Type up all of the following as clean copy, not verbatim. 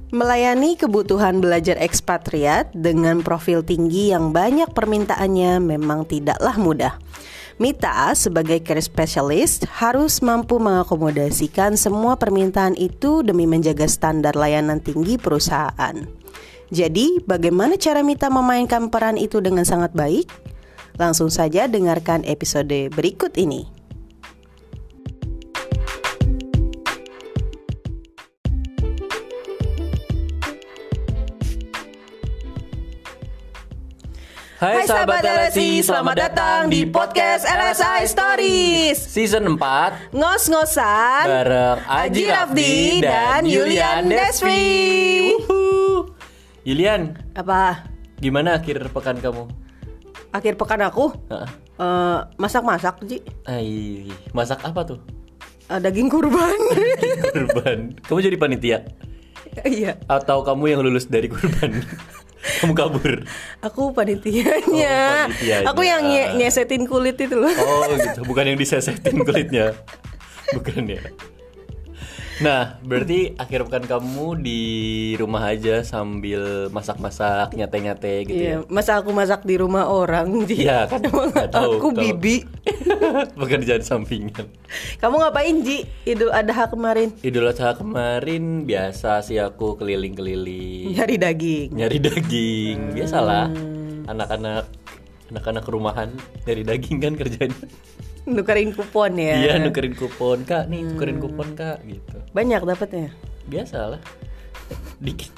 Melayani kebutuhan belajar ekspatriat dengan profil tinggi yang banyak permintaannya memang tidaklah mudah. Mita sebagai career specialist harus mampu mengakomodasikan semua permintaan itu demi menjaga standar layanan tinggi perusahaan. Jadi, bagaimana cara Mita memainkan peran itu dengan sangat baik? Langsung saja dengarkan episode berikut ini. Hai sahabat LSI, selamat datang di podcast LSI Stories Season 4 Ngos-ngosan bareng Aji Rafdi dan Yulian Desri. Yulian, apa? gimana akhir pekan kamu? Akhir pekan aku? Masak-masak, Ji. Masak apa tuh? Daging kurban. Kurban. Kamu jadi panitia? Iya. Atau kamu yang lulus dari kurban? Kamu kabur? Aku panitianya. Aku yang nyesetin kulit itu loh. Oh gitu, bukan yang disesetin kulitnya. Bukan ya. Nah, berarti akhir pekan kamu di rumah aja sambil masak-masak, nyate-nyate gitu ya? Masa aku masak di rumah orang? Iya kan, gak tahu. Aku bibi. Pekerjaan sampingan. Kamu ngapain, Ji? Idul Adha kemarin? Idul Adha kemarin biasa sih aku keliling-keliling. Nyari daging. Biasalah. Anak-anak rumahan nyari daging kan kerjanya. Nukerin kupon ya? Iya, nukerin kupon. Kak, nih tukerin kupon, Kak, gitu. Banyak dapatnya? Biasalah. Dikit.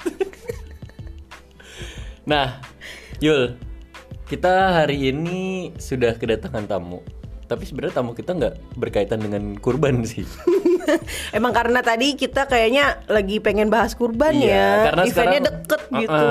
Nah, Yul, kita hari ini sudah kedatangan tamu. Tapi sebenarnya tamu kita nggak berkaitan dengan kurban sih. Emang karena tadi kita kayaknya lagi pengen bahas kurban ya. Karena eventnya deket gitu.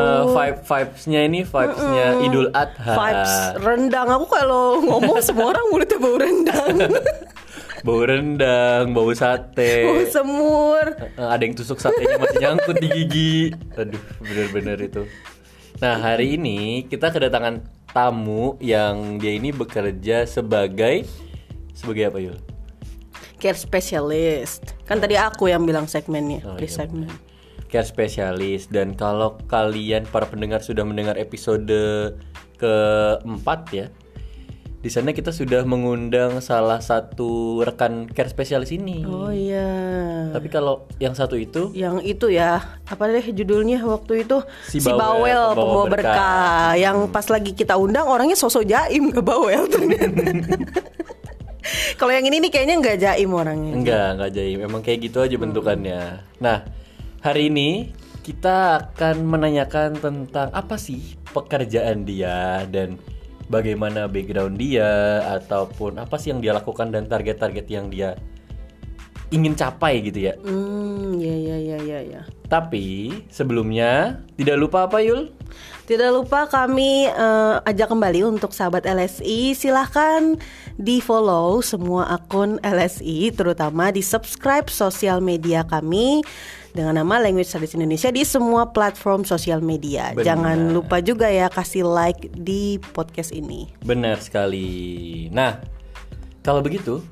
Vibes-nya Idul Adha. Vibes rendang. Aku kalau ngomong semua orang mulutnya bau rendang. Bau rendang, bau sate, bau semur. Ada yang tusuk satenya masih nyangkut di gigi. Aduh, bener-bener itu. Nah, hari ini kita kedatangan tamu yang dia ini bekerja sebagai apa, Yul? Care specialist. Kan tadi aku yang bilang segmennya. Segmen. Care specialist. Dan kalau kalian para pendengar sudah mendengar episode keempat ya, di sana kita sudah mengundang salah satu rekan care specialist ini. Oh iya. Tapi kalau yang satu itu, yang itu ya, apa deh judulnya waktu itu? Si Bawel, pembawa berkah. Yang pas lagi kita undang orangnya sosok jaim, gak bawel ternyata. Kalau yang ini nih kayaknya nggak jaim orangnya. Nggak jaim. Emang kayak gitu aja bentukannya. Nah, hari ini kita akan menanyakan tentang apa sih pekerjaan dia dan bagaimana background dia, ataupun apa sih yang dia lakukan dan target-target yang dia ingin capai gitu ya. Ya. Tapi sebelumnya tidak lupa apa, Yul? Tidak lupa kami ajak kembali untuk sahabat LSI, silahkan di follow semua akun LSI, terutama di subscribe sosial media kami dengan nama Language Studies Indonesia di semua platform sosial media. Benar. Jangan lupa juga ya kasih like di podcast ini. Benar sekali. Nah, kalau begitu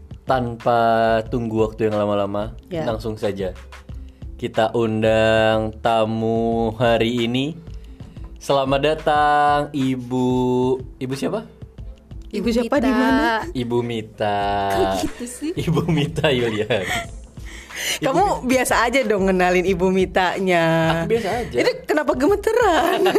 tanpa tunggu waktu yang lama-lama, langsung saja kita undang tamu hari ini. Selamat datang Ibu siapa? Ibu siapa di mana? Ibu Mita. Kok gitu sih? Ibu Mita Yulian. Kamu biasa aja dong ngenalin Ibu Mitanya. Aku biasa aja. Ini kenapa gemeteran?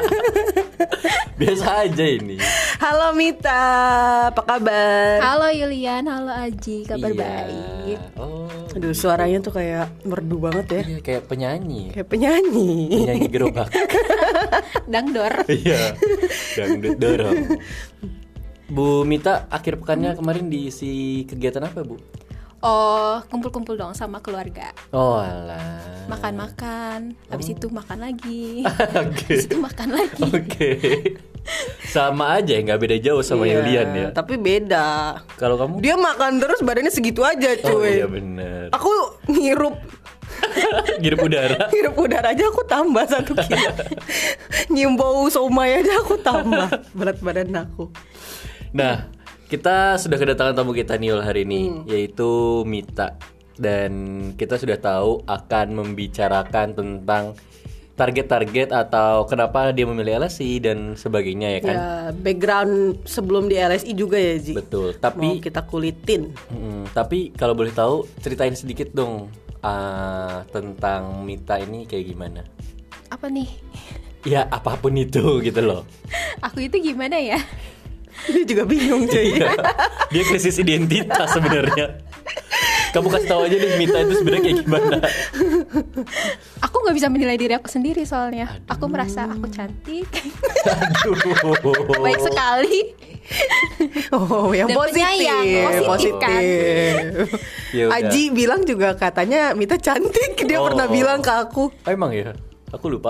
Biasa aja ini. Halo Mita, apa kabar? Halo Yulian, halo Aji, kabar baik. Aduh, suaranya tuh kayak merdu banget ya. Iya, kayak penyanyi. Penyanyi gerobak. Dangdor. Iya, dangdut dorong. Bu Mita, akhir pekannya kemarin diisi kegiatan apa, Bu? Oh, kumpul-kumpul dong sama keluarga. Oh alah. Makan-makan, habis itu makan lagi. Habis itu makan lagi. Oke. Sama aja, nggak beda jauh sama Yulian ya. Tapi beda. Kalau kamu? Dia makan terus badannya segitu aja, cuy. Oh iya benar. Aku ngirup udara. Ngirup udara aja aku tambah 1 kilo. Nyium bau somai aja aku tambah berat badan aku. Nah, kita sudah kedatangan tamu kita nih hari ini, yaitu Mita. dan kita sudah tahu akan membicarakan tentang target-target atau kenapa dia memilih LSI dan sebagainya ya kan. Ya, background sebelum di LSI juga ya Ji. Betul. Mau Tapi kita kulitin. tapi kalau boleh tahu ceritain sedikit dong tentang Mita ini kayak gimana? Apa nih? Ya apapun itu gitu loh. Aku itu gimana ya? Dia juga bingung cuy. Iya. Dia krisis identitas sebenarnya. Kamu kasih tahu aja deh Mita itu sebenarnya kayak gimana. Aku nggak bisa menilai diri aku sendiri soalnya. Aku merasa aku cantik, Aduh. baik sekali. Oh, yang Dan positif. penyayang, positif kan? Ya udah. Aji bilang juga katanya Mita cantik. Dia Oh. pernah bilang ke aku. Oh, emang ya? Aku lupa.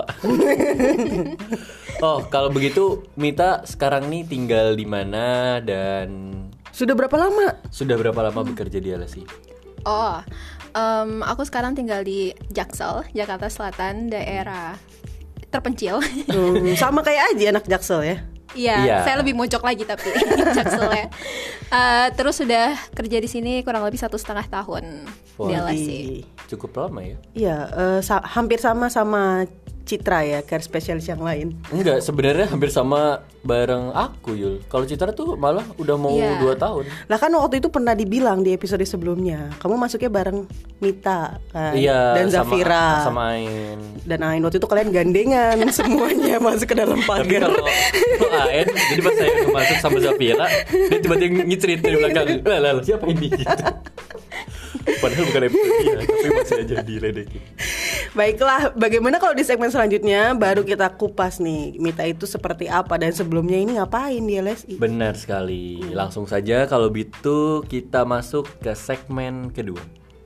Oh, kalau begitu Mita sekarang nih tinggal di mana dan Sudah berapa lama? sudah berapa lama bekerja di LSI? Oh, aku sekarang tinggal di Jaksel, Jakarta Selatan, daerah terpencil. Sama kayak Aji anak Jaksel ya. Iya, Iya. saya lebih mojok lagi tapi Jaksel ya. Terus sudah kerja di sini kurang lebih 1,5 tahun di Wah. LSI. Cukup lama ya? Iya, hampir sama Citra ya, care spesialis yang lain. Enggak, sebenarnya hampir sama bareng aku Yul. Kalau Citra tuh malah udah mau Iya. 2 tahun. Lah kan waktu itu pernah dibilang di episode sebelumnya, kamu masuknya bareng Mita kan? Iya, Dan Zafira sama Ain. dan Ain. Waktu itu kalian gandengan semuanya masuk ke dalam Tapi pagar. kalau Ain, jadi pas saya udah masuk sama Zafira, dia tiba-tiba ngecerit dari belakang. Lah, siapa ini? Gitu. Padahal bukan episode dia, tapi masih aja diledekin. Baiklah, bagaimana kalau di segmen selanjutnya baru kita kupas nih Mita itu seperti apa dan sebelumnya ini ngapain di LSI? Benar sekali. Langsung saja kalau gitu kita masuk ke segmen kedua.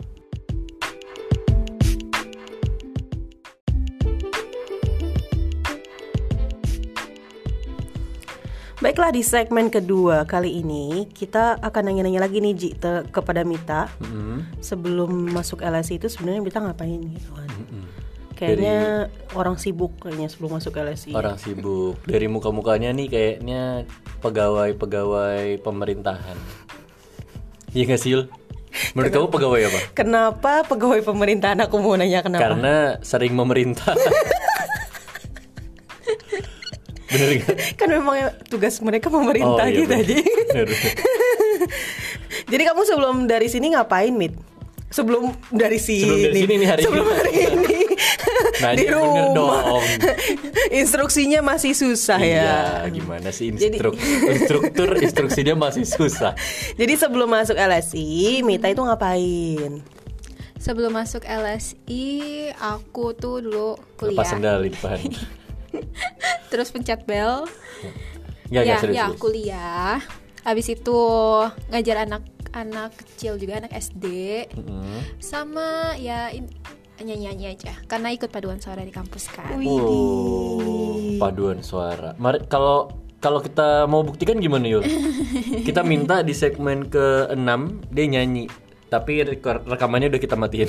Baiklah, di segmen kedua kali ini kita akan nanya-nanya lagi nih Ji kepada Mita. Sebelum masuk LSI itu sebenarnya Mita ngapain gitu kan? Kayaknya orang sibuk kayaknya sebelum masuk LSI. Orang sibuk. Dari muka-mukanya nih kayaknya pegawai-pegawai pemerintahan. Iya gak sih Yul? Menurut kamu pegawai apa? Kenapa pegawai pemerintahan, aku mau nanya kenapa? Karena sering memerintah. Bener gak? Kan memang tugas mereka memerintah iya, gitu bener. aja. Bener. Jadi kamu sebelum dari sini ngapain, Mit? Sebelum dari sini nih hari sebelum ini. hari ini Nah, di ini bener rumah. dong. Instruksinya masih susah ya. Iya, gimana sih Jadi- instruktur instruksinya masih susah. Jadi sebelum masuk LSI, Mita itu ngapain? Sebelum masuk LSI, aku tuh dulu Lepas kuliah. sendal di depan. Terus pencet bel. Enggak serius. ya kuliah. Habis itu ngajar anak kecil juga, anak SD. Sama ya nyanyi-nyanyi aja. Karena ikut paduan suara di kampus kan. Oh, paduan suara. Mari kalau kita mau buktikan gimana Yul? Kita minta di segmen ke-6 dia nyanyi, tapi rekamannya udah kita matiin.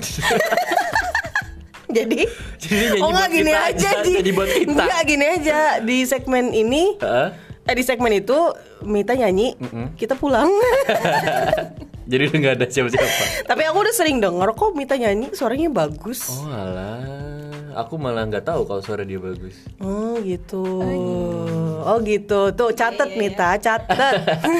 Jadi Jadi nyanyi oh enggak buat gini kita aja, aja, Ji. nyanyi buat kita. Enggak gini aja di segmen ini. Heeh. Di segmen itu Mita nyanyi, kita pulang. Jadi udah nggak ada siapa-siapa. Tapi aku udah sering denger kok Mita nyanyi, suaranya bagus. Oh alah, aku malah nggak tahu kalau suara dia bagus. Oh gitu. Oh gitu. Tuh catet Mita, catet.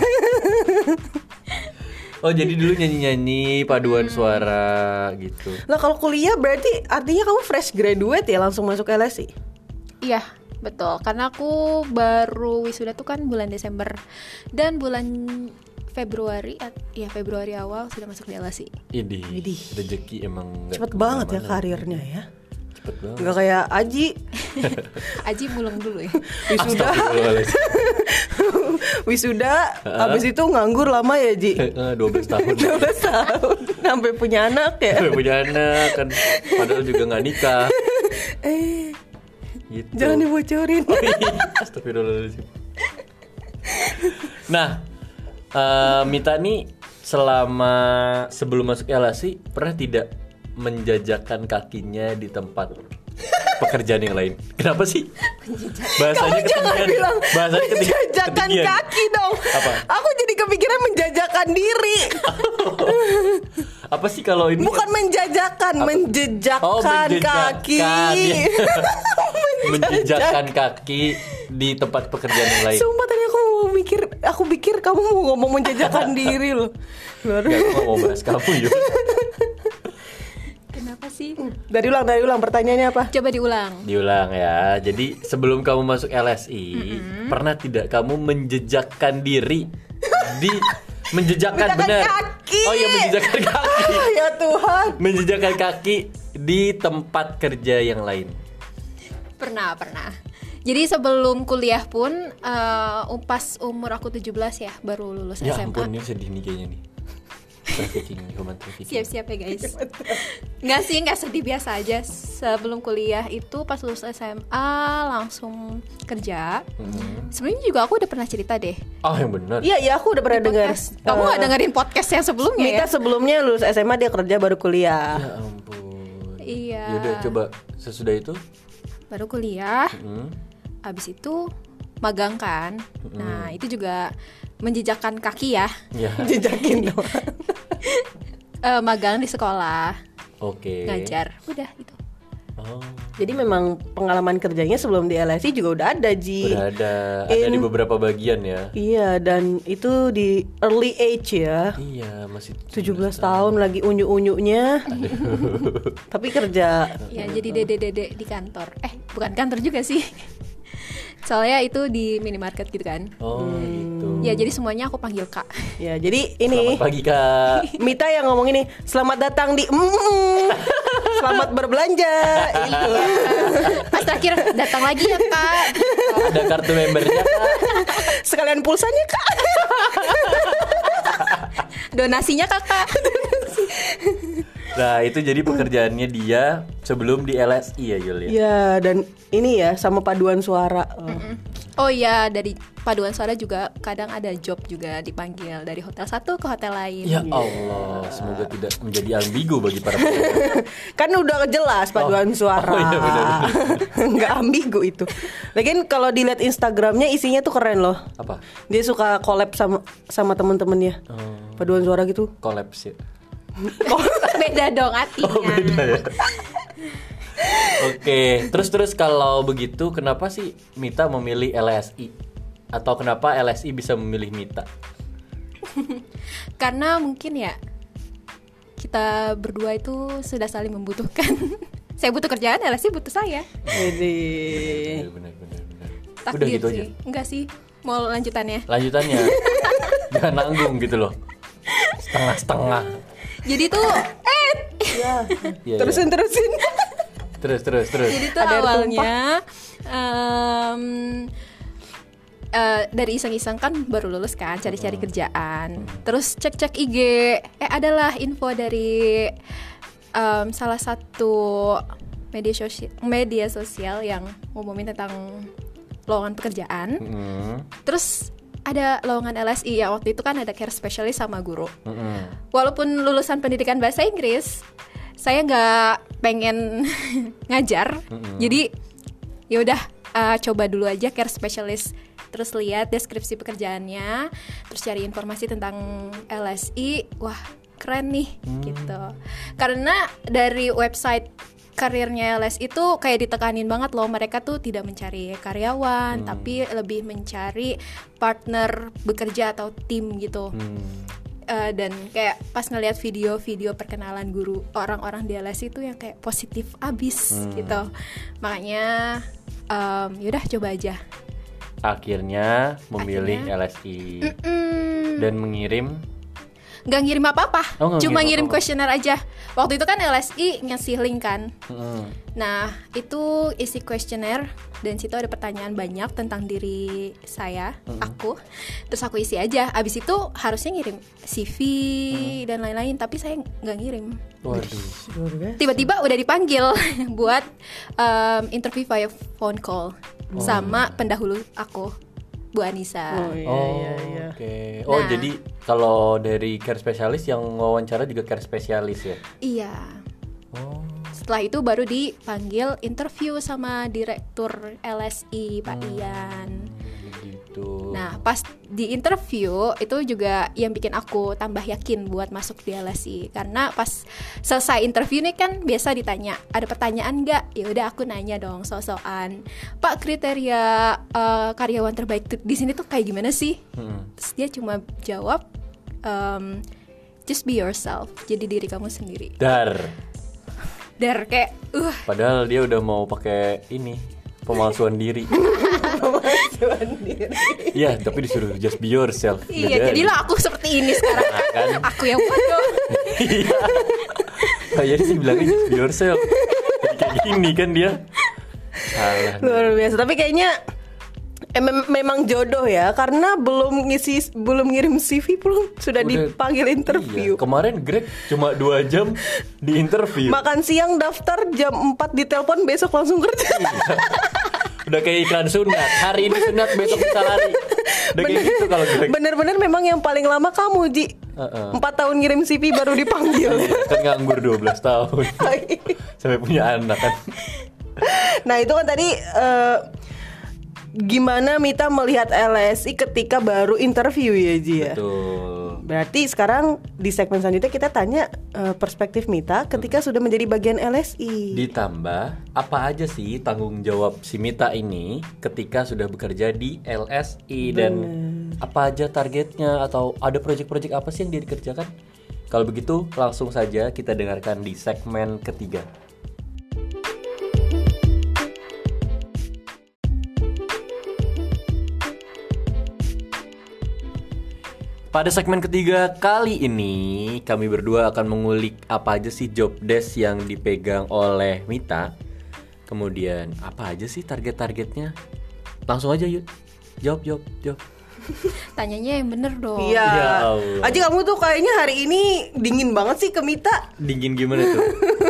Oh jadi dulu nyanyi-nyanyi paduan suara gitu. Lah kalau kuliah berarti artinya kamu fresh graduate ya, langsung masuk LSI? Iya, betul. Karena aku baru wisuda tuh kan bulan Desember. Dan bulan Februari awal sudah masuk di LSI. Idih, rezeki emang nggak Cepet banget ya kemana-mana. karirnya ya. Cepet banget. Nggak kayak Aji. Aji mulung dulu ya. Wisuda, Astagfirullahaladzim. wisuda, habis itu nganggur lama ya Ji. 12 tahun. 12 tahun sampai punya anak ya. Punya anak kan, padahal juga nggak nikah. Gitu. Jangan dibocorin. Oh, iya. Astagfirullahaladzim. Nah, Mita nih selama sebelum masuk LSI pernah tidak menjajakan kakinya di tempat pekerjaan yang lain? Kenapa sih? Bahasanya Kamu jangan bilang menjajakan ketinggian. kaki dong. Apa? Aku jadi kepikiran menjajakan diri. Apa sih kalau ini? Bukan menjajakan, menjejakkan kaki. Menjejakkan kaki di tempat pekerjaan yang lain. Sumpah tadi aku pikir kamu mau ngomong menjejakkan diri loh. Gak, aku mau bahas kamu yuk. Kenapa sih? Dari ulang pertanyaannya apa? Coba diulang. Diulang ya. Jadi sebelum kamu masuk LSI, pernah tidak kamu menjejakkan diri di menjejakkan benar? Kaki. Oh iya, menjejakkan kaki. Ya Tuhan. Menjejakkan kaki di tempat kerja yang lain. Pernah. Jadi sebelum kuliah pun pas umur aku 17 ya baru lulus Ya SMA. ampun, ini sedih nih kayaknya nih. Trafficking, human trafficking. Siap-siap ya guys. Nggak sedih, biasa aja. Sebelum kuliah itu pas lulus SMA langsung kerja. Sebenarnya juga aku udah pernah cerita deh. Oh yang benar. Iya aku udah pernah dengar. Kamu nggak dengerin podcast yang sebelumnya Mita ya? sebelumnya lulus SMA dia kerja baru kuliah. Ya ampun. Iya. Yaudah coba sesudah itu. Baru kuliah. Abis itu magang kan. Nah itu juga menjejakkan kaki ya. Ya. Jejakin doang. Magang di sekolah. Oke. Ngajar. Udah itu. Oh. Jadi memang pengalaman kerjanya sebelum di LSI juga udah ada Ji. Udah ada di beberapa bagian ya. Iya dan itu di early age ya. Iya masih 17 tahun lagi unyu-unyunya. Tapi kerja. Ya jadi dede-dede di kantor. Bukan kantor juga sih. Soalnya itu di minimarket gitu kan. Oh gitu. Ya jadi semuanya aku panggil Kak. Ya jadi ini Selamat pagi Kak. Mita yang ngomong ini, selamat datang di selamat berbelanja itu. Pas terakhir datang lagi ya Kak. Ada kartu membernya Kak. Sekalian pulsanya Kak. Donasinya Kakak. Nah itu jadi pekerjaannya dia sebelum di LSI ya Yul ya. Ya dan ini ya sama paduan suara. Oh iya, dari paduan suara juga kadang ada job juga dipanggil dari hotel satu ke hotel lain. Ya Allah, semoga tidak menjadi ambigu bagi para pekerja. Kan udah jelas paduan suara. Oh iya benar. Nggak ambigu itu. Lagian kalau dilihat Instagramnya isinya tuh keren loh. Apa? Dia suka collab sama temen-temennya. Paduan suara gitu. Kolaps ya. Beda dong artinya. Oh beda ya. Oke, terus kalau begitu kenapa sih Mita memilih LSI? Atau kenapa LSI bisa memilih Mita? Karena mungkin ya kita berdua itu sudah saling membutuhkan. Saya butuh kerjaan, LSI butuh saya. Jadi Benar. Takdir Udah gitu sih. aja. Enggak sih. Mau lanjutannya. Lanjutannya jangan nanggung gitu loh. Setengah-setengah. Jadi tuh Iya, terusin. Terus. Jadi tuh Ada air awalnya dari iseng-iseng kan baru lulus kan, cari-cari kerjaan. Terus cek-cek IG, adalah info dari salah satu media sosial yang ngumumin tentang lowongan pekerjaan. Terus ada lowongan LSI ya, waktu itu kan ada care specialist sama guru. Walaupun lulusan pendidikan bahasa Inggris, saya nggak pengen ngajar, jadi ya udah coba dulu aja care specialist. Terus lihat deskripsi pekerjaannya, terus cari informasi tentang LSI, wah keren nih gitu. Karena dari website karirnya LSI itu kayak ditekanin banget loh, mereka tuh tidak mencari karyawan, tapi lebih mencari partner bekerja atau tim gitu. Dan kayak pas ngeliat video-video perkenalan guru orang-orang di LSI itu yang kayak positif abis gitu. Makanya yaudah coba aja. Akhirnya memilih LSI dan mengirim. Nggak ngirim apa-apa, Oh, nggak cuma ngirim ngirim apa-apa. kuesioner aja. Waktu itu kan LSI ngasih link kan. Nah itu isi kuesioner dan situ ada pertanyaan banyak tentang diri saya, aku. Terus aku isi aja. Abis itu harusnya ngirim CV dan lain-lain, tapi saya nggak ngirim. Waduh. Tiba-tiba udah dipanggil buat interview via phone call sama pendahulu aku, Bu Anissa. Oke. Oh Nah. jadi kalau dari care spesialis yang wawancara juga care spesialis ya? Iya. Oh. Setelah itu baru dipanggil interview sama direktur LSI Pak Ian. Gitu. Nah, pas di interview itu juga yang bikin aku tambah yakin buat masuk di LSI. Karena pas selesai interview nih kan biasa ditanya, ada pertanyaan nggak? Ya udah aku nanya dong so-soan. Pak, kriteria karyawan terbaik di sini tuh kayak gimana sih? Terus dia cuma jawab, just be yourself. Jadi diri kamu sendiri. Dar kayak Padahal dia udah mau pakai ini pemalsuan diri. Iya, tapi disuruh just be yourself. Iya, jadilah aku seperti ini sekarang. Nah, kan? Aku yang bodoh. Iya. Kayaknya sih bilangnya just be yourself. Jadi kayak gini kan dia. Salah. Luar biasa. Tapi kayaknya memang jodoh ya, karena belum ngirim CV pun sudah dipanggil interview. Iya. Kemarin Greg cuma 2 jam di interview. Makan siang daftar, jam 4 ditelepon, besok langsung kerja. Udah kayak iklan sunat. Hari ini sunat, besok bisa lari. Udah kayak gitu kalau Greg. Bener-bener memang yang paling lama kamu, Ji. 4 tahun ngirim CV baru dipanggil. Kan nganggur 12 tahun. Sampai punya anak kan. Nah itu kan tadi gimana Mita melihat LSI ketika baru interview ya, Ji ya. Betul. Berarti sekarang di segmen selanjutnya kita tanya perspektif Mita ketika sudah menjadi bagian LSI. Ditambah apa aja sih tanggung jawab si Mita ini ketika sudah bekerja di LSI dan apa aja targetnya atau ada proyek-proyek apa sih yang dia dikerjakan? Kalau begitu langsung saja kita dengarkan di segmen ketiga. Pada segmen ketiga kali ini, kami berdua akan mengulik apa aja sih job desk yang dipegang oleh Mita. Kemudian apa aja sih target-targetnya? Langsung aja yuk, jawab. Tanyanya yang bener dong. Iya. Ya Allah. Aji kamu tuh kayaknya hari ini dingin banget sih ke Mita. Dingin gimana tuh?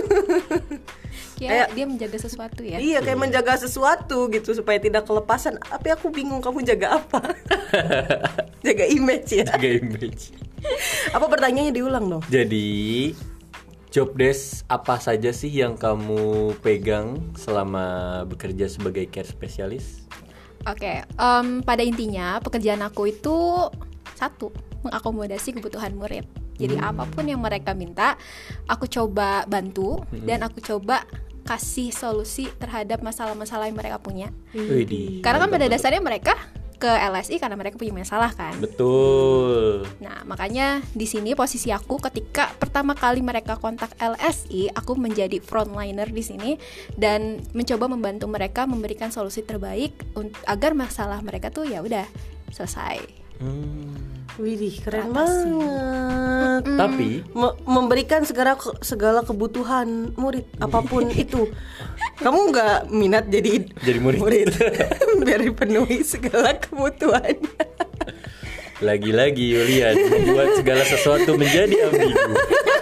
Kayak dia menjaga sesuatu ya. Iya, kayak menjaga sesuatu gitu supaya tidak kelepasan. Tapi aku bingung kamu jaga apa? Jaga image ya. Jaga image. Apa pertanyaannya diulang dong? Jadi job desk apa saja sih yang kamu pegang selama bekerja sebagai care specialist? Oke, pada intinya pekerjaan aku itu satu, mengakomodasi kebutuhan murid. Jadi apapun yang mereka minta, aku coba bantu dan aku coba kasih solusi terhadap masalah-masalah yang mereka punya. Widih, Karena kan pada mantap. dasarnya mereka ke LSI karena mereka punya masalah kan. Betul. Nah, makanya di sini posisi aku ketika pertama kali mereka kontak LSI, aku menjadi frontliner di sini dan mencoba membantu mereka memberikan solusi terbaik agar masalah mereka tuh ya udah selesai. Widih, keren Teratasi. banget. Tapi Memberikan segala kebutuhan murid apapun itu. Kamu nggak minat jadi murid. biar dipenuhi segala kebutuhannya. Lagi-lagi Yulian membuat segala sesuatu menjadi ambigu.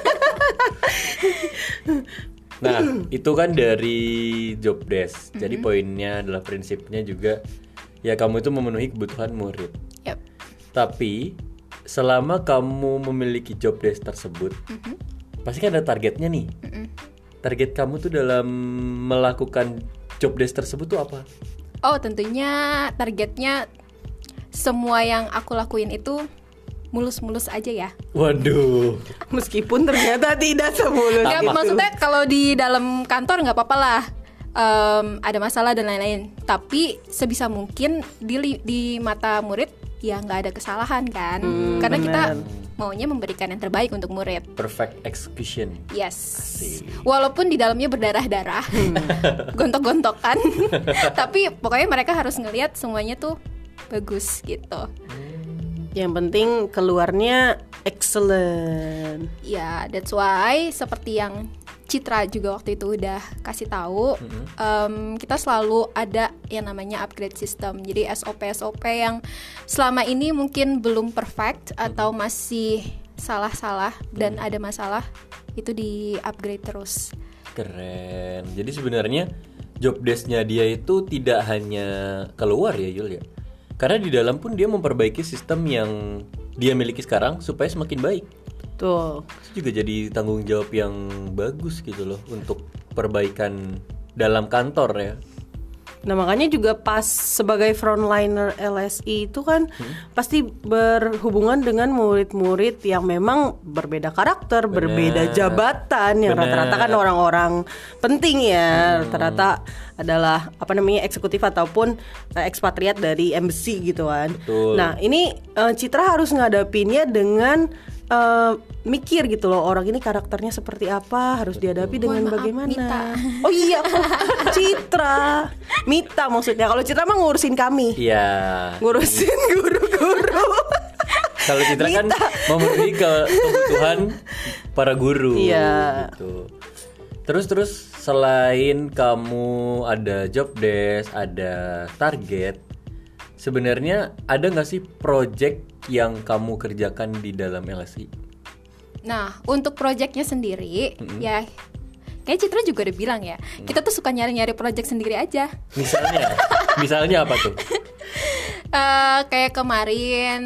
Nah, itu kan dari job desk. Jadi poinnya adalah prinsipnya juga ya kamu itu memenuhi kebutuhan murid. Yap. Tapi selama kamu memiliki job desk tersebut, pasti kan ada targetnya nih. Target kamu tuh dalam melakukan job desk tersebut tuh apa? Oh, tentunya targetnya semua yang aku lakuin itu mulus-mulus aja ya. Waduh. Meskipun ternyata tidak semulus Ya, itu. maksudnya kalau di dalam kantor nggak apa-apa lah. Ada masalah dan lain-lain. Tapi sebisa mungkin di mata murid ya nggak ada kesalahan kan. Karena kita maunya memberikan yang terbaik untuk murid. Perfect execution. Yes. Asik. Walaupun di dalamnya berdarah-darah, gontok-gontokan, tapi pokoknya mereka harus ngelihat semuanya tuh bagus gitu. Yang penting keluarnya excellent. Ya, that's why seperti yang Citra juga waktu itu udah kasih tahu, kita selalu ada yang namanya upgrade system. Jadi SOP yang selama ini mungkin belum perfect atau masih salah-salah dan ada masalah, itu di upgrade terus. Keren. Jadi sebenarnya job desk-nya dia itu tidak hanya keluar ya Yul ya. Karena di dalam pun dia memperbaiki sistem yang dia miliki sekarang supaya semakin baik. Tuh. Itu juga jadi tanggung jawab yang bagus gitu loh untuk perbaikan dalam kantor ya. Nah makanya juga pas sebagai frontliner LSI itu kan pasti berhubungan dengan murid-murid yang memang berbeda karakter, berbeda jabatan, yang rata-rata kan orang-orang penting ya, rata-rata adalah eksekutif ataupun ekspatriat dari embassy gitu kan. Betul. Nah ini Citra harus ngadapinnya dengan mikir gitu loh, orang ini karakternya seperti apa, harus dihadapi dengan Mohon maaf, bagaimana. Mita. Oh iya, Citra, Mita maksudnya. Kalau Citra mah ngurusin kami, Iya. ngurusin guru-guru. Kalau Citra kan memenuhi kebutuhan para guru. Iya. Gitu. Terus selain kamu ada job desk, ada target, sebenarnya ada nggak sih project yang kamu kerjakan di dalam LSI? Nah, untuk projectnya sendiri, ya kayak Citra juga udah bilang ya, kita tuh suka nyari-nyari project sendiri aja. Misalnya apa tuh? Kayak kemarin,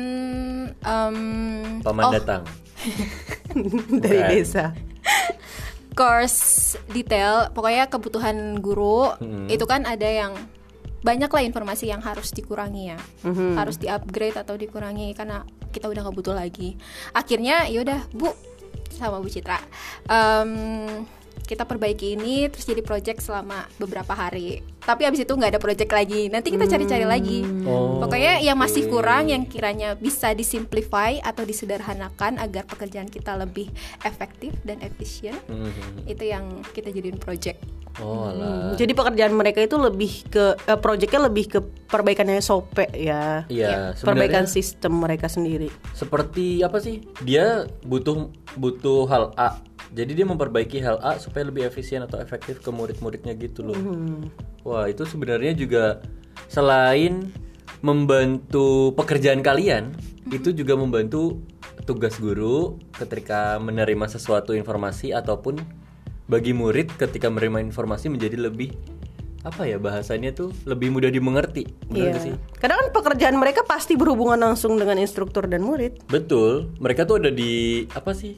Paman datang. Dari Bukan. desa. course detail, pokoknya kebutuhan guru itu kan ada yang banyak lah informasi yang harus dikurangi ya, harus di-upgrade atau dikurangi karena kita udah nggak butuh lagi. Akhirnya yaudah Bu sama Bu Citra, kita perbaiki ini terus jadi project selama beberapa hari. Tapi abis itu nggak ada project lagi. Nanti kita cari-cari lagi. Pokoknya yang masih kurang, yang kiranya bisa disimplify atau disederhanakan agar pekerjaan kita lebih efektif dan efisien, itu yang kita jadiin project. Oh lah. Jadi pekerjaan mereka itu lebih ke projectnya lebih ke perbaikan SOP ya. Iya, Perbaikan sebenarnya sistem mereka sendiri. seperti apa sih? Dia butuh hal A. Jadi dia memperbaiki hal A supaya lebih efisien atau efektif ke murid-muridnya gitu loh. Wah, itu sebenarnya juga selain membantu pekerjaan kalian, itu juga membantu tugas guru ketika menerima sesuatu informasi ataupun bagi murid ketika menerima informasi menjadi lebih bahasanya tuh lebih mudah dimengerti. Benar gak sih? Karena kan pekerjaan mereka pasti berhubungan langsung dengan instruktur dan murid. Betul, mereka tuh ada di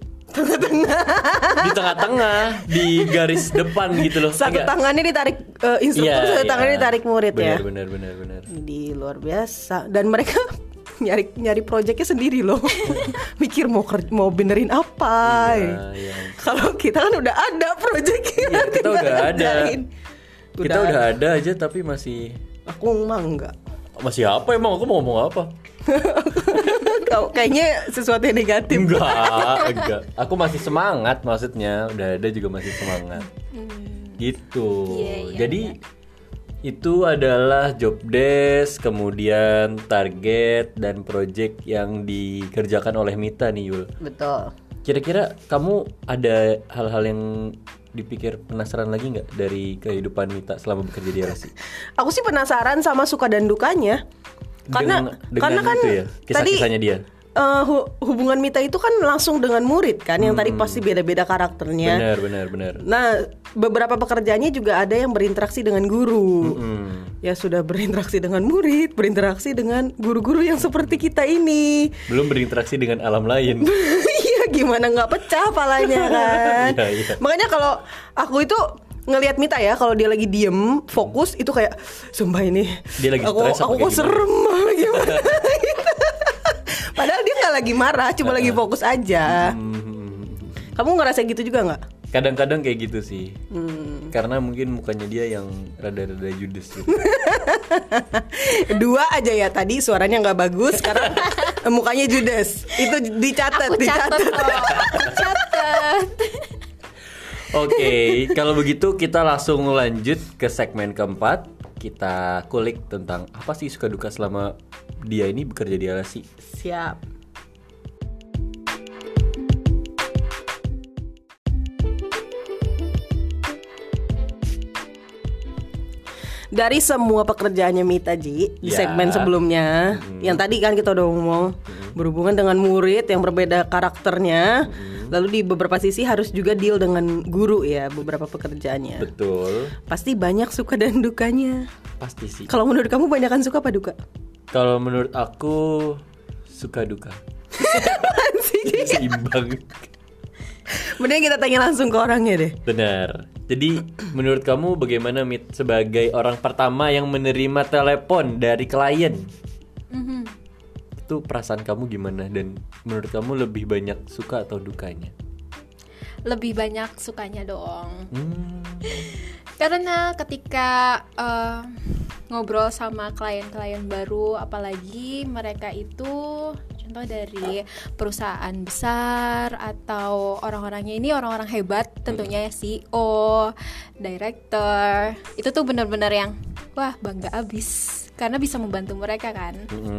di tengah-tengah, di garis depan gitu loh. Satu Enggak? tangannya ditarik instruktur, satu tangannya ditarik murid ya. Benar. Di luar biasa. Dan mereka nyari proyeknya sendiri loh. Mikir mau benerin apa. Iya. Kalau kita kan udah ada proyeknya. Iya, kita udah ada. ngerjain. Kita udah ada aja tapi masih Aku mah enggak. masih apa emang? Aku mau ngomong apa? Kayaknya sesuatu yang negatif. Enggak. Aku masih semangat maksudnya. Udah ada juga masih semangat. Gitu. Iya, Jadi itu adalah job desk, kemudian target dan project yang dikerjakan oleh Mita nih Yul. Betul. Kira-kira kamu ada hal-hal yang dipikir penasaran lagi nggak dari kehidupan Mita selama bekerja di LSI? Aku sih penasaran sama suka dan dukanya. Karena kan itu ya, kisah-kisahnya dia. Hubungan Mita itu kan langsung dengan murid kan, yang tadi pasti beda-beda karakternya. Benar. Nah, beberapa pekerjaannya juga ada yang berinteraksi dengan guru. Ya sudah berinteraksi dengan murid, berinteraksi dengan guru-guru yang seperti kita ini. Belum berinteraksi dengan alam lain. Iya, gimana nggak pecah palanya kan? Iya. Makanya kalau aku itu ngelihat Mita ya, kalau dia lagi diem fokus itu kayak sumpah ini Dia lagi aku stres apa kok kayak serem gimana. Padahal dia nggak lagi marah, cuma lagi fokus aja. Kamu ngerasa gitu juga nggak? Kadang-kadang kayak gitu sih. Karena mungkin mukanya dia yang rada-rada judes gitu. Dua aja ya, tadi suaranya nggak bagus, sekarang mukanya judes. Itu dicatat, Aku catat. Oke, kalau begitu kita langsung lanjut ke segmen keempat. Kita kulik tentang apa sih suka duka selama dia ini bekerja di LSI. Siap. Dari semua pekerjaannya Mita Ji di Ya. segmen sebelumnya, yang tadi kan kita udah ngomong berhubungan dengan murid yang berbeda karakternya, lalu di beberapa sisi harus juga deal dengan guru ya beberapa pekerjaannya. Betul, Pasti banyak suka dan dukanya. pasti sih. Kalau menurut kamu banyakan suka apa duka? Kalau menurut aku suka duka. Seimbang. Mending kita tanya langsung ke orangnya deh. Benar. Jadi menurut kamu bagaimana Mit sebagai orang pertama yang menerima telepon dari klien? Itu perasaan kamu gimana dan menurut kamu lebih banyak suka atau dukanya? Lebih banyak sukanya dong. Karena ketika ngobrol sama klien-klien baru, apalagi mereka itu contoh dari perusahaan besar atau orang-orangnya ini orang-orang hebat, tentunya CEO, director, itu tuh benar-benar yang wah bangga abis karena bisa membantu mereka kan.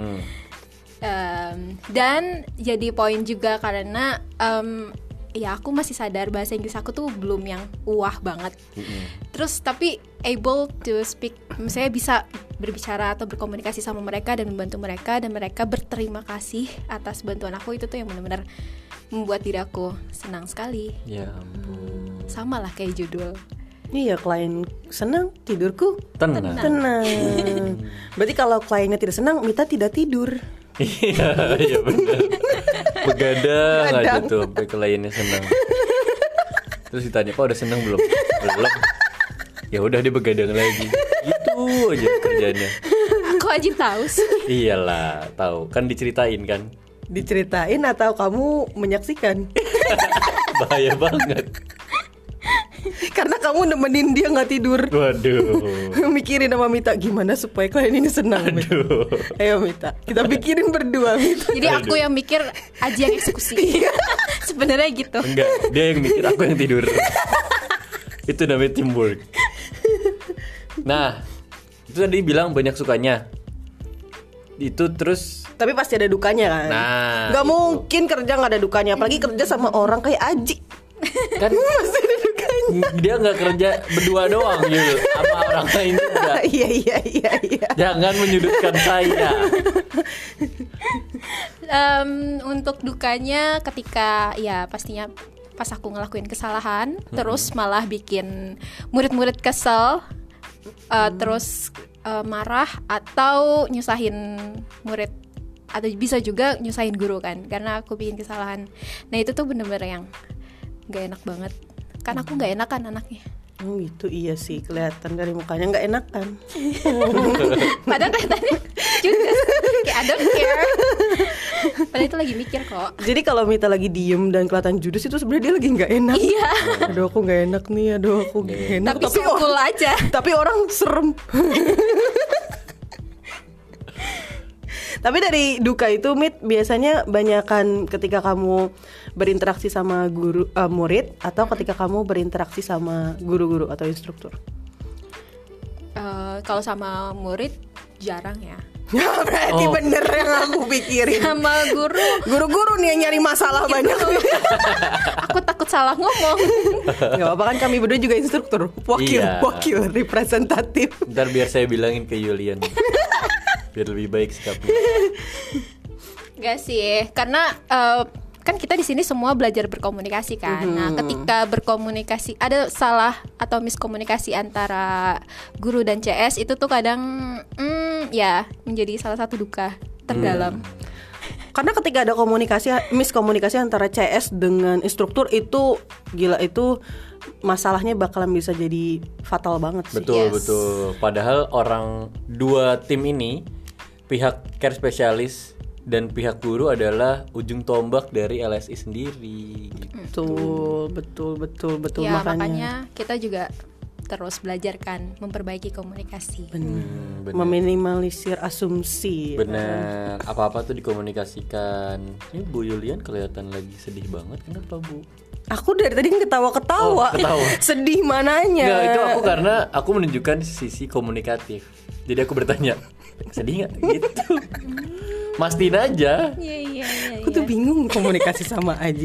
Dan jadi poin juga karena ya aku masih sadar bahasa Inggris aku tuh belum yang wah banget. Terus tapi able to speak, misalnya bisa berbicara atau berkomunikasi sama mereka dan membantu mereka, dan mereka berterima kasih atas bantuan aku, itu tuh yang benar-benar membuat diri aku senang sekali. Ya ampun. Sama lah kayak judul. Iya, klien senang, tidurku Tenang. tenang. Berarti kalau kliennya tidak senang, Mita tidak tidur. Iya benar. Begadang aja tuh sampai kliennya senang. Terus ditanya, "Kok udah senang belum?" "Belum." Ya udah dia begadang lagi. Gitu aja kerjanya. Kok aja tahu sih? Iyalah, tahu. Kan diceritain kan. Diceritain atau kamu menyaksikan? Bahaya banget. Karena kamu nemenin dia nggak tidur. Waduh. Mikirin sama Mita gimana supaya klien ini senang. Mita. Aduh. Ayo Mita, kita pikirin berdua Mita. Jadi aku yang mikir, Aji yang eksekusi. Sebenarnya gitu. Enggak, dia yang mikir, aku yang tidur. Itu namanya teamwork. Nah, itu tadi bilang banyak sukanya. Itu terus Tapi pasti ada dukanya kan. Nah, Gak itu. mungkin kerja gak ada dukanya. Apalagi kerja sama orang kayak Aji. kan Pasti ada dukanya. dia nggak kerja berdua doang gitu, sama orang lain juga. Iya. Jangan menyudutkan saya. Untuk dukanya ketika ya pastinya pas aku ngelakuin kesalahan, terus malah bikin murid-murid kesel, terus marah atau nyusahin murid, atau bisa juga nyusahin guru kan, karena aku bikin kesalahan. Nah itu tuh bener-bener yang gak enak banget, kan aku gak enakan anaknya. Oh gitu, iya sih, kelihatan dari mukanya nggak enakan. Padahal kelihatannya juga kayak I don't care. Padahal itu lagi mikir kok. Jadi kalau Mita lagi diem dan kelihatan judes, itu sebenarnya dia lagi nggak enak. Iya. Aduh aku nggak enak nih, aduh aku nggak enak. Tapi cool aja. Tapi orang serem. Tapi dari duka itu, Mit, biasanya banyakan ketika kamu berinteraksi sama guru, murid, atau ketika kamu berinteraksi sama guru-guru atau instruktur? Kalau sama murid jarang ya. Ya berarti bener yang aku pikirin. Sama guru Guru-guru nih yang nyari masalah banyak. aku takut salah ngomong. Gak apa-apa kan, kami berdua juga instruktur. Iya. Wakil, representatif. Ntar biar saya bilangin ke Yulian, biar lebih baik sikapnya. Gak sih, karena kan kita di sini semua belajar berkomunikasi kan. Nah, ketika berkomunikasi ada salah atau miskomunikasi antara guru dan CS, itu tuh kadang ya menjadi salah satu duka terdalam. Karena ketika ada miskomunikasi antara CS dengan instruktur, itu gila, itu masalahnya bakalan bisa jadi fatal banget sih. Betul, Yes. betul. Padahal dua tim ini, pihak care spesialis dan pihak guru adalah ujung tombak dari LSI sendiri. Betul Ya, makanya. makanya kita juga terus belajar kan memperbaiki komunikasi. Benar. Meminimalisir asumsi. Benar. Apa-apa tuh dikomunikasikan. Ini Bu Yulian kelihatan lagi sedih banget. Kenapa, Bu? Aku dari tadi ketawa-ketawa. Oh, ketawa. Sedih mananya? Enggak, itu aku karena aku menunjukkan sisi komunikatif. Jadi aku bertanya, sedih nggak? Gitu. Mastiin aja. Iya. Aku tuh bingung komunikasi sama Aji.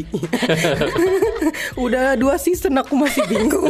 Udah 2 season aku masih bingung.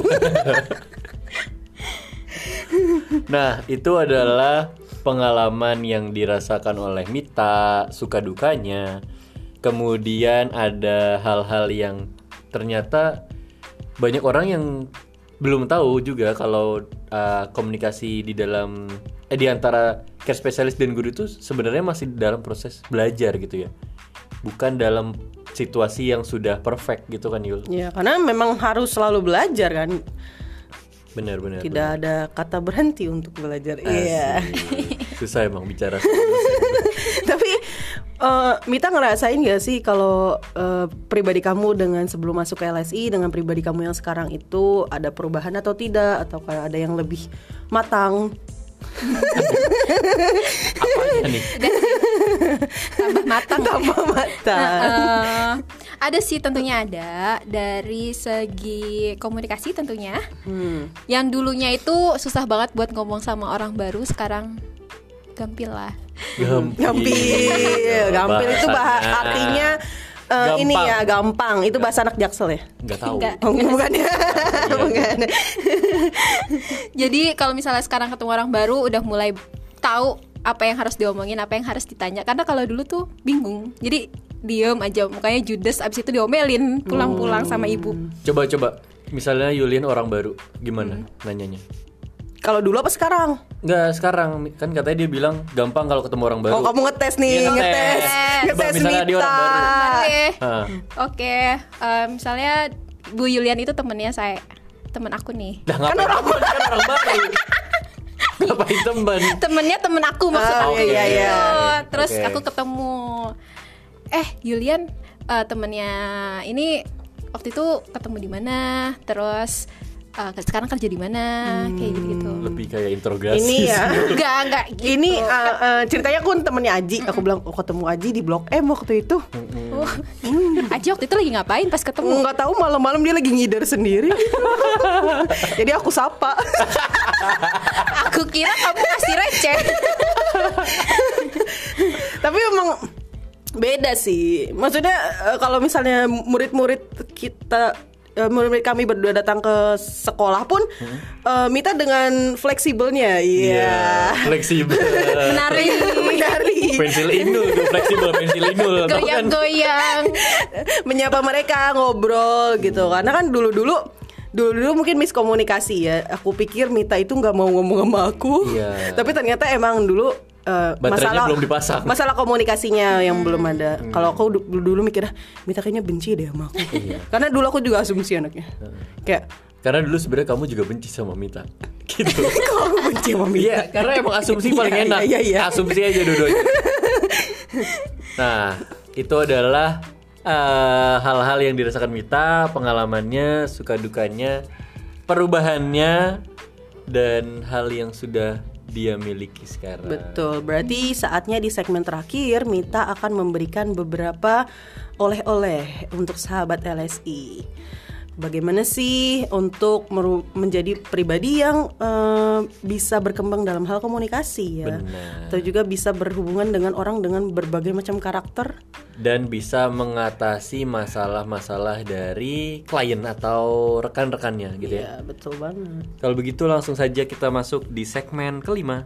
Nah, itu adalah pengalaman yang dirasakan oleh Mita, suka dukanya. Kemudian ada hal-hal yang ternyata banyak orang yang belum tahu juga kalau komunikasi di antara care spesialis dan guru itu sebenarnya masih dalam proses belajar gitu ya. Bukan dalam situasi yang sudah perfect gitu kan, Yul. Ya, karena memang harus selalu belajar kan. Benar. Tidak ada kata berhenti untuk belajar. Iya. Susah emang bicara. Tapi Mita ngerasain gak sih kalau pribadi kamu dengan sebelum masuk ke LSI dengan pribadi kamu yang sekarang itu ada perubahan atau tidak, atau kayak ada yang lebih matang? Apanya nih? Tambah matang. Matang. Ada sih, tentunya ada. Dari segi komunikasi tentunya. Yang dulunya itu susah banget buat ngomong sama orang baru, sekarang gampil lah. Gampil itu artinya ini ya gampang. Itu bahasa anak Jaksel ya? Nggak tahu. Bukan ya. Bukan. Jadi kalau misalnya sekarang ketemu orang baru udah mulai tahu apa yang harus diomongin, apa yang harus ditanya. Karena kalau dulu tuh bingung. Jadi diem aja, mukanya judes, abis itu diomelin pulang-pulang sama ibu. Coba misalnya Yulin orang baru, gimana nanyanya? Kalau dulu apa sekarang? Enggak, sekarang kan katanya dia bilang gampang kalau ketemu orang baru. Oh, kamu ngetes nih, Iya, ngetes misalnya dia orang baru. Bentar deh. Oke. Misalnya Bu Yulian itu temennya temen aku nih. Dah ngapain kan orang baru. Ngapain temen? Temennya temen aku maksudnya. Iya. Terus Oke. aku ketemu, Yulian temennya ini waktu itu ketemu di mana? Terus sekarang kerja di mana? Kayak gitu-gitu. Lebih kayak interogasi. Ini ya. Enggak gitu. Ini ceritanya aku temennya Aji. Aku bilang ketemu Aji di Blok M waktu itu. Aji waktu itu lagi ngapain pas ketemu? Nggak tahu, malam-malam dia lagi ngider sendiri. Jadi aku sapa. Aku kira kamu ngasih receh. Tapi emang beda sih. Maksudnya kalau misalnya murid-murid kita, murid kami berdua datang ke sekolah pun Mita dengan fleksibelnya. Iya. Fleksibel. Menari. Pensil inul tuh, fleksibel pensil inul. Goyang-goyang. Menyapa mereka, ngobrol gitu. Karena kan dulu mungkin miskomunikasi ya. Aku pikir Mita itu nggak mau ngomong sama aku. Iya. Tapi ternyata emang dulu Baterainya belum dipasang. Masalah komunikasinya yang belum ada. Kalau aku dulu mikirnya Mita kayaknya benci deh sama aku. Karena dulu aku juga asumsi anaknya. Kayak Karena dulu sebenarnya kamu juga benci sama Mita. Gitu. kok aku benci sama Mita? Iya, karena emang asumsi paling enak. Iya. Asumsi aja dua-duanya. Nah, itu adalah hal-hal yang dirasakan Mita, pengalamannya, suka dukanya, perubahannya, dan hal yang sudah dia miliki sekarang. Betul, berarti saatnya di segmen terakhir Mita akan memberikan beberapa oleh-oleh untuk sahabat LSI. Bagaimana sih untuk menjadi pribadi yang bisa berkembang dalam hal komunikasi ya. Benar. Atau juga bisa berhubungan dengan orang dengan berbagai macam karakter. Dan bisa mengatasi masalah-masalah dari klien atau rekan-rekannya gitu ya. Iya, betul banget. Kalau begitu langsung saja kita masuk di segmen kelima.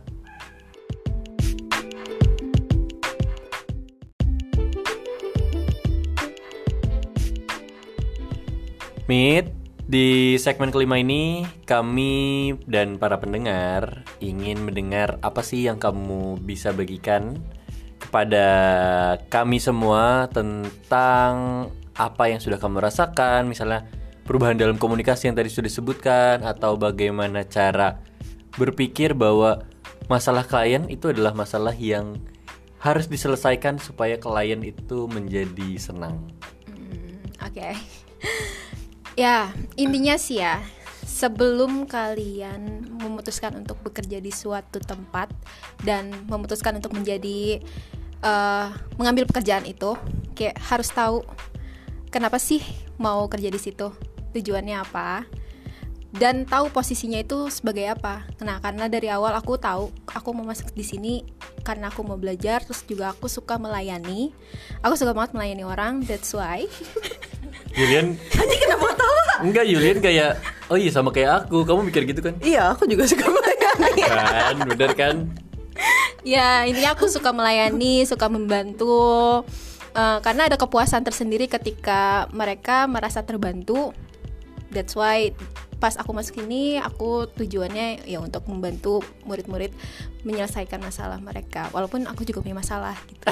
Mit, di segmen kelima ini kami dan para pendengar ingin mendengar apa sih yang kamu bisa bagikan kepada kami semua tentang apa yang sudah kamu rasakan, misalnya perubahan dalam komunikasi yang tadi sudah disebutkan, atau bagaimana cara berpikir bahwa masalah klien itu adalah masalah yang harus diselesaikan supaya klien itu menjadi senang. Oke. Ya, intinya sih ya, sebelum kalian memutuskan untuk bekerja di suatu tempat dan memutuskan untuk menjadi mengambil pekerjaan itu, kayak harus tahu kenapa sih mau kerja di situ, tujuannya apa, dan tahu posisinya itu sebagai apa. Nah, karena dari awal aku tahu aku mau masuk di sini karena aku mau belajar, terus juga aku suka melayani. Aku suka banget melayani orang, that's why. Yulian, Kenapa tahu? enggak, Yulian kayak, oh iya sama kayak aku, kamu mikir gitu kan? Iya, aku juga suka melayani. Kan, bener kan? Ya, intinya aku suka melayani, suka membantu, karena ada kepuasan tersendiri ketika mereka merasa terbantu. That's why pas aku masuk ini, aku tujuannya ya untuk membantu murid-murid menyelesaikan masalah mereka. Walaupun aku juga punya masalah gitu.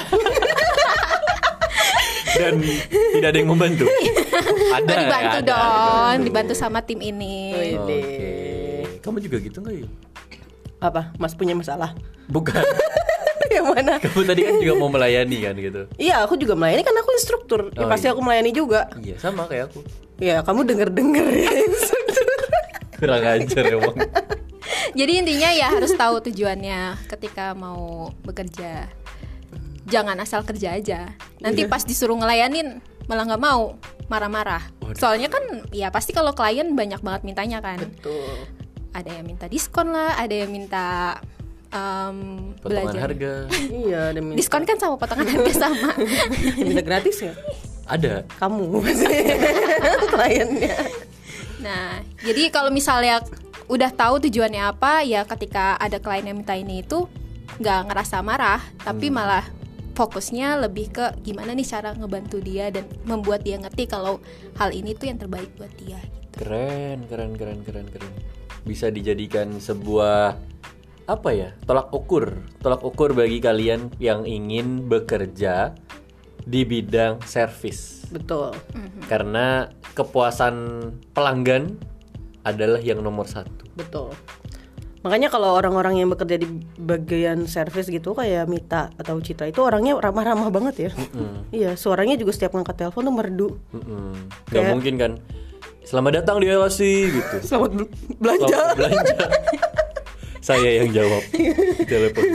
Dan tidak ada yang membantu. Ada Dibantu ada, dong, dibantu. dibantu sama tim ini. Oke. Kamu juga gitu nggak ya? Apa? Mas punya masalah? Bukan. Yang mana? Kamu tadi kan juga mau melayani kan gitu. Iya, aku juga melayani kan aku instruktur. Ya Oh, pasti iya. aku melayani juga. Iya sama kayak aku. Ya, kamu denger ya instruktur. Kurang ajar emang. Jadi intinya ya harus tahu tujuannya ketika mau bekerja. Jangan asal kerja aja. Nanti pas disuruh ngelayanin malah nggak mau, marah-marah. Waduh. Soalnya kan ya pasti kalau klien banyak banget mintanya kan. Betul. Ada yang minta diskon lah, ada yang minta Potongan belajar. harga. Iya, demi Diskon kan sama potongan harga sama. minta gratis ya. Ada. Kamu kliennya. Nah, jadi kalau misalnya udah tahu tujuannya apa, ya ketika ada klien yang minta ini itu nggak ngerasa marah, tapi malah fokusnya lebih ke gimana nih cara ngebantu dia dan membuat dia ngerti kalau hal ini tuh yang terbaik buat dia. Keren. Bisa dijadikan sebuah apa ya? Tolak ukur bagi kalian yang ingin bekerja di bidang servis. Betul. Karena kepuasan pelanggan adalah yang nomor 1. Betul. Makanya kalau orang-orang yang bekerja di bagian servis gitu kayak Mita atau Citra itu orangnya ramah-ramah banget ya. Iya, suaranya juga setiap ngangkat telepon tuh merdu. Gak Kayak- mungkin kan? Selamat datang di LSI gitu. Selamat belanja. Selamat belanja. Saya yang jawab di telepon.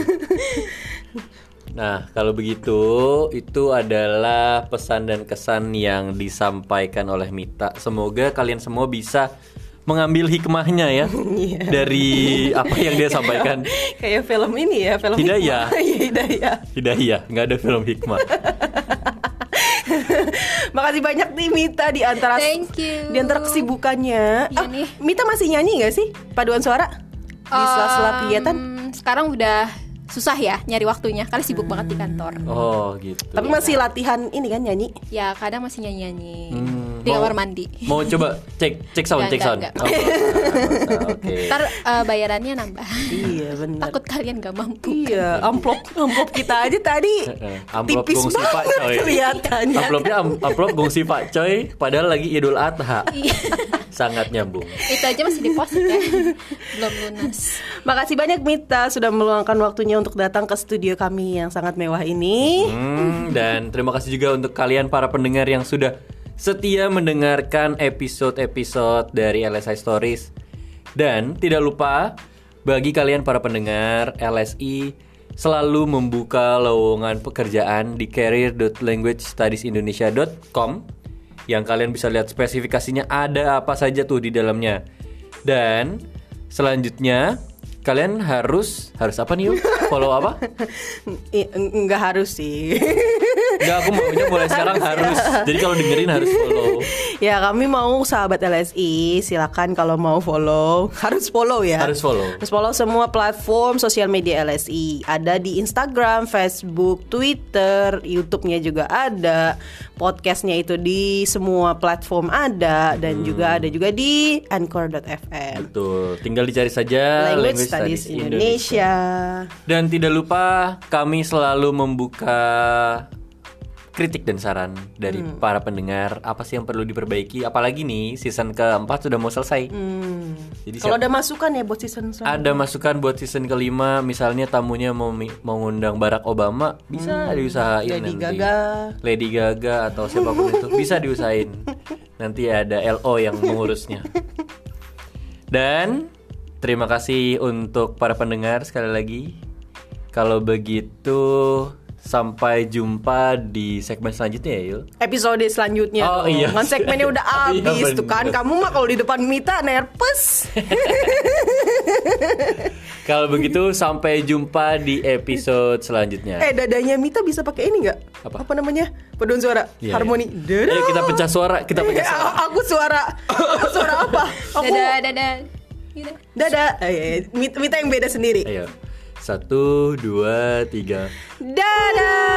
Nah, kalau begitu itu adalah pesan dan kesan yang disampaikan oleh Mita. Semoga kalian semua bisa mengambil hikmahnya ya dari apa yang dia sampaikan. Kayak film ini ya, film Hidayah. Hikmah. Iya, Hidayah. Hidayah, nggak ada film hikmah. Makasih banyak nih Mita di antara Thank you. di antara kesibukannya. Iya nih. Mita masih nyanyi nggak sih paduan suara di sela-sela kegiatan? Sekarang udah susah ya nyari waktunya karena sibuk banget di kantor. Oh gitu. Tapi masih latihan ini kan nyanyi. Ya kadang masih nyanyi-nyanyi di mau- kamar mandi. Mau coba cek sound, Enggak. Oh, masa, oke. Ntar bayarannya nambah. Iya benar. Takut kalian gak mampu. Iya, amplop kita aja tadi Amplop tipis gongsi Pak banget Coy. kelihatannya. Amplopnya amplop gongsi Pak Coy, padahal lagi Idul Adha. Iya. Sangat nyambung. Itu aja masih deposit ya. Belum lunas. Makasih banyak Mita sudah meluangkan waktunya untuk datang ke studio kami yang sangat mewah ini. Dan terima kasih juga untuk kalian para pendengar yang sudah setia mendengarkan episode-episode dari LSI Stories. Dan tidak lupa bagi kalian para pendengar, LSI selalu membuka lowongan pekerjaan di career.languagestudiesindonesia.com yang kalian bisa lihat spesifikasinya ada apa saja tuh di dalamnya. Dan selanjutnya kalian harus apa nih yuk? Follow apa? Enggak harus sih. Enggak, aku maunya mulai sekarang harus. Jadi kalau dengerin harus follow. Ya kami mau sahabat LSI silakan kalau mau follow harus follow ya. Harus follow. Harus follow semua platform sosial media LSI. Ada di Instagram, Facebook, Twitter, YouTube-nya juga ada. Podcastnya itu di semua platform ada dan juga ada juga di Anchor.fm. Betul. Tinggal dicari saja Language Studies Indonesia. Dan tidak lupa kami selalu membuka kritik dan saran dari para pendengar. Apa sih yang perlu diperbaiki? Apalagi nih season keempat sudah mau selesai. Jadi Kalau ada masukan ya buat season selanjutnya. ada masukan buat season kelima, misalnya tamunya mau ngundang Barack Obama, bisa diusahain Lady nanti. Gaga. Lady Gaga atau siapapun itu bisa diusahain. Nanti ada LO yang mengurusnya. Dan terima kasih untuk para pendengar sekali lagi. Kalau begitu sampai jumpa di segmen selanjutnya ya Yul. Episode selanjutnya Oh, dong. iya. Kan segmennya udah Iya, habis tuh kan. bener. Kamu mah kalau di depan Mita nervous. Kalau begitu sampai jumpa di episode selanjutnya. Dadanya Mita bisa pakai ini nggak? Apa? Namanya? Paduan suara, Iya, harmoni. iya. Ayo kita pecah suara, Aku suara apa? Aku Dadah. Gitu. Dadah. Mita yang beda sendiri. Ayo. 1, 2, 3. Dadah.